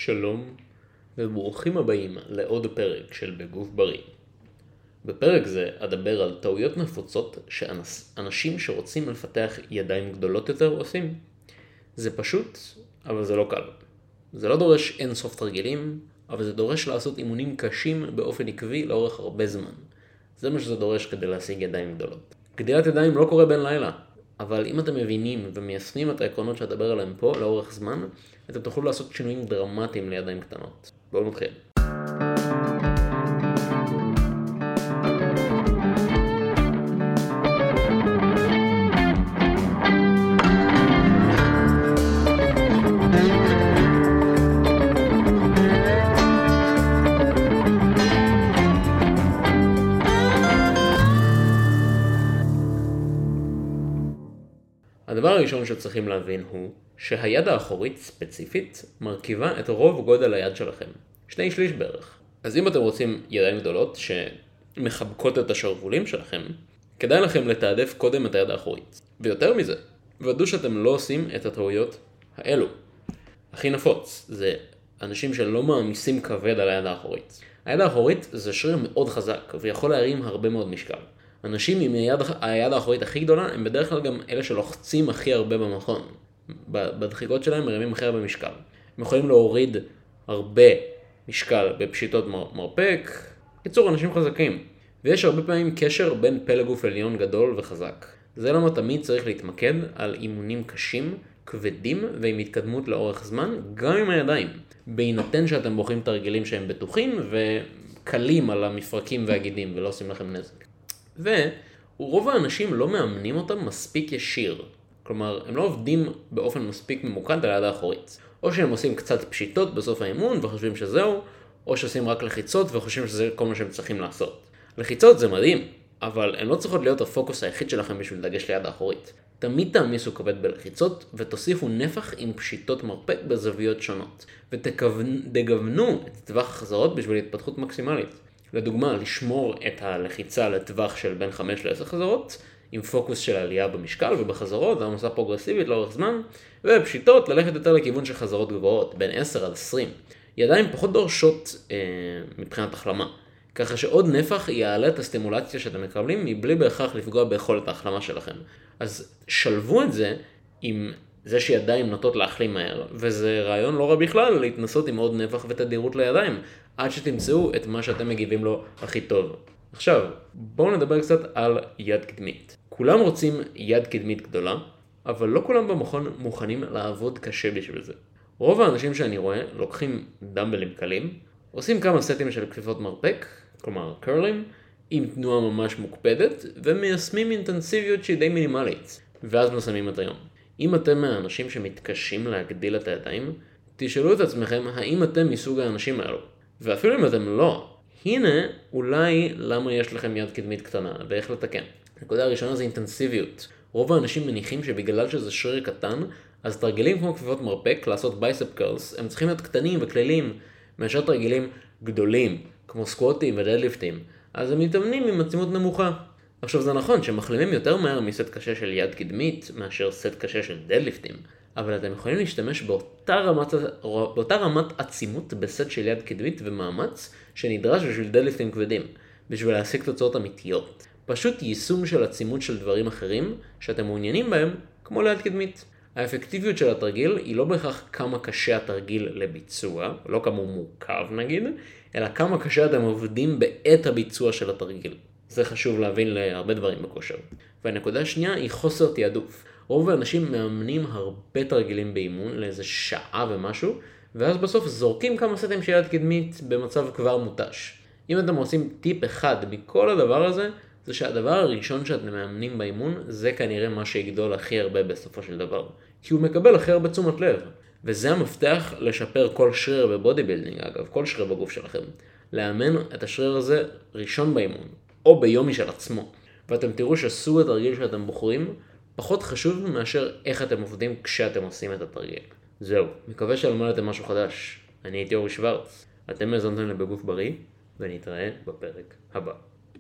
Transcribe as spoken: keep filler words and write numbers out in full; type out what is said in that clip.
שלום וברוכים הבאים לעוד פרק של בגוף בריא. בפרק זה אדבר על טעויות נפוצות שאנשים שרוצים לפתח ידיים גדולות יותר עושים. זה פשוט, אבל זה לא קל. זה לא דורש אין סוף תרגילים, אבל זה דורש לעשות אימונים קשים באופן עקבי לאורך הרבה זמן. זה מה שזה דורש כדי להשיג ידיים גדולות. גדילת ידיים לא קורה בין לילה, אבל אם אתם מבינים ומיישמים את העקרונות שאדבר עליהם פה לאורך זמן, אתם תוכלו לעשות שינויים דרמטיים לידיים קטנות. בואו נתחיל. הדבר הראשון שצריכים להבין הוא שהיד האחורית ספציפית מרכיבה את רוב גודל היד שלכם, שני שליש בערך. אז אם אתם רוצים ידיים גדולות שמחבקות את השרוולים שלכם, כדאי לכם לתעדף קודם את היד האחורית. ויותר מזה, ודאו שאתם לא עושים את הטעויות האלו. הכי נפוץ זה אנשים שלא מעמיסים כבד על היד האחורית. היד האחורית זה שריר מאוד חזק ויכול להרים הרבה מאוד משקל. אנשים עם היד, היד האחורית הכי גדולה הם בדרך כלל גם אלה שלוחצים הכי הרבה במכון. בדחיקות שלהם מרימים הכי הרבה משקל. הם יכולים להוריד הרבה משקל בפשיטות מרפק. קיצור, אנשים חזקים. ויש הרבה פעמים קשר בין פלג גוף עליון גדול וחזק. זה למה תמיד צריך להתמקד על אימונים קשים, כבדים ועם התקדמות לאורך זמן, גם עם הידיים. בהינתן שאתם בוחרים תרגילים שהם בטוחים וקלים על המפרקים והגידים ולא עושים לכם נזק. ורוב האנשים לא מאמנים אותם מספיק ישיר. כלומר, הם לא עובדים באופן מספיק ממוקד על היד האחורית. או שהם עושים קצת פשיטות בסוף האימון וחושבים שזהו, או שעושים רק לחיצות וחושבים שזה כל מה שהם צריכים לעשות. לחיצות זה מדהים, אבל הן לא צריכות להיות הפוקוס היחיד שלכם בשביל לגשת ליד האחורית. תמיד תעמיסו כבד בלחיצות ותוסיפו נפח עם פשיטות מרפק בזוויות שונות. ותגוונו את טווח החזרות בשביל התפתחות מקסימלית. לדוגמה, לשמור את הלחיצה לטווח של בין חמש לעשר חזרות, עם פוקוס של עלייה במשקל ובחזרות, והמסע פרוגרסיבית לאורך זמן, ובפשיטות ללכת יותר לכיוון של חזרות גבוהות, בין עשר עד עשרים. ידיים פחות דורשות אה, מבחינת החלמה, ככה שעוד נפח יעלה את הסטימולציה שאתם מקבלים, מבלי בהכרח לפגוע ביכולת ההחלמה שלכם. אז שלבו את זה עם זה שידיים נוטות להחלים מהר, וזה רעיון לא רע בכלל להתנסות עם עוד נפח ותדירות לידיים, עד שתמצאו את מה שאתם מגיבים לו הכי טוב. עכשיו, בואו נדבר קצת על יד קדמית. כולם רוצים יד קדמית גדולה, אבל לא כולם במכון מוכנים לעבוד קשה בשביל זה. רוב האנשים שאני רואה לוקחים דמבלים קלים, עושים כמה סטים של כפיפות מרפק, כלומר קרלים, עם תנועה ממש מוקפדת, ומיישמים אינטנסיביות שהיא די מינימלית, ואז מסיימים את היום. אם אתם מהאנשים שמתקשים להגדיל את הידיים, תשאלו את עצמכם האם אתם מסוג האנשים האלו. ואפילו אם אתם לא, הנה אולי למה יש לכם יד קדמית קטנה ואיך לתקן. הנקודה הראשונה זה אינטנסיביות. רוב האנשים מניחים שבגלל שזה שריר קטן, אז תרגילים כמו כפיפות מרפק, לעשות בייספ קרלס, הם צריכים להיות קטנים וכלילים, מאשר תרגילים גדולים, כמו סקווטים ודדליפטים. אז הם מתאמנים עם עצימות נמוכה. עכשיו זה נכון שמחלימים יותר מהר מסט קשה של יד קדמית מאשר סט קשה של דדליפטים, אבל אתם יכולים להשתמש באותה רמת, באותה רמת עצימות בסט של יד קדמית ומאמץ שנדרש בשביל דדליפטים כבדים, בשביל להשיג תוצאות אמיתיות. פשוט יישום של עצימות של דברים אחרים שאתם מעוניינים בהם, כמו ליד קדמית. האפקטיביות של התרגיל היא לא בהכרח כמה קשה התרגיל לביצוע, לא כמה הוא מורכב נגיד, אלא כמה קשה אתם עובדים בעת הביצוע של התרגיל. זה חשוב להבין להרבה דברים בכושר. והנקודה השנייה היא חוסר תיעדוף. רוב האנשים מאמנים הרבה תרגילים באימון לאיזה שעה ומשהו, ואז בסוף זורקים כמה סטים של יד קדמית במצב כבר מותש. אם אתם עושים טיפ אחד מכל הדבר הזה, זה שהדבר הראשון שאתם מאמנים באימון, זה כנראה מה שיגדול הכי הרבה בסופו של דבר. כי הוא מקבל הכי הרבה תשומת לב. וזה המפתח לשפר כל שריר בבודי בילדינג, אגב, כל שריר בגוף שלכם. לאמן את השריר הזה ראשון באימון, או ביום משל עצמו. ואתם תראו שסוג התרגיל שאתם בוחרים, פחות חשוב מאשר איך אתם עובדים כשאתם עושים את התרגיל. זהו, מקווה שלמדתם משהו חדש. אני הייתי אורי שוורץ, אתם האזנתם לבגוף בריא, ונתראה בפרק הבא.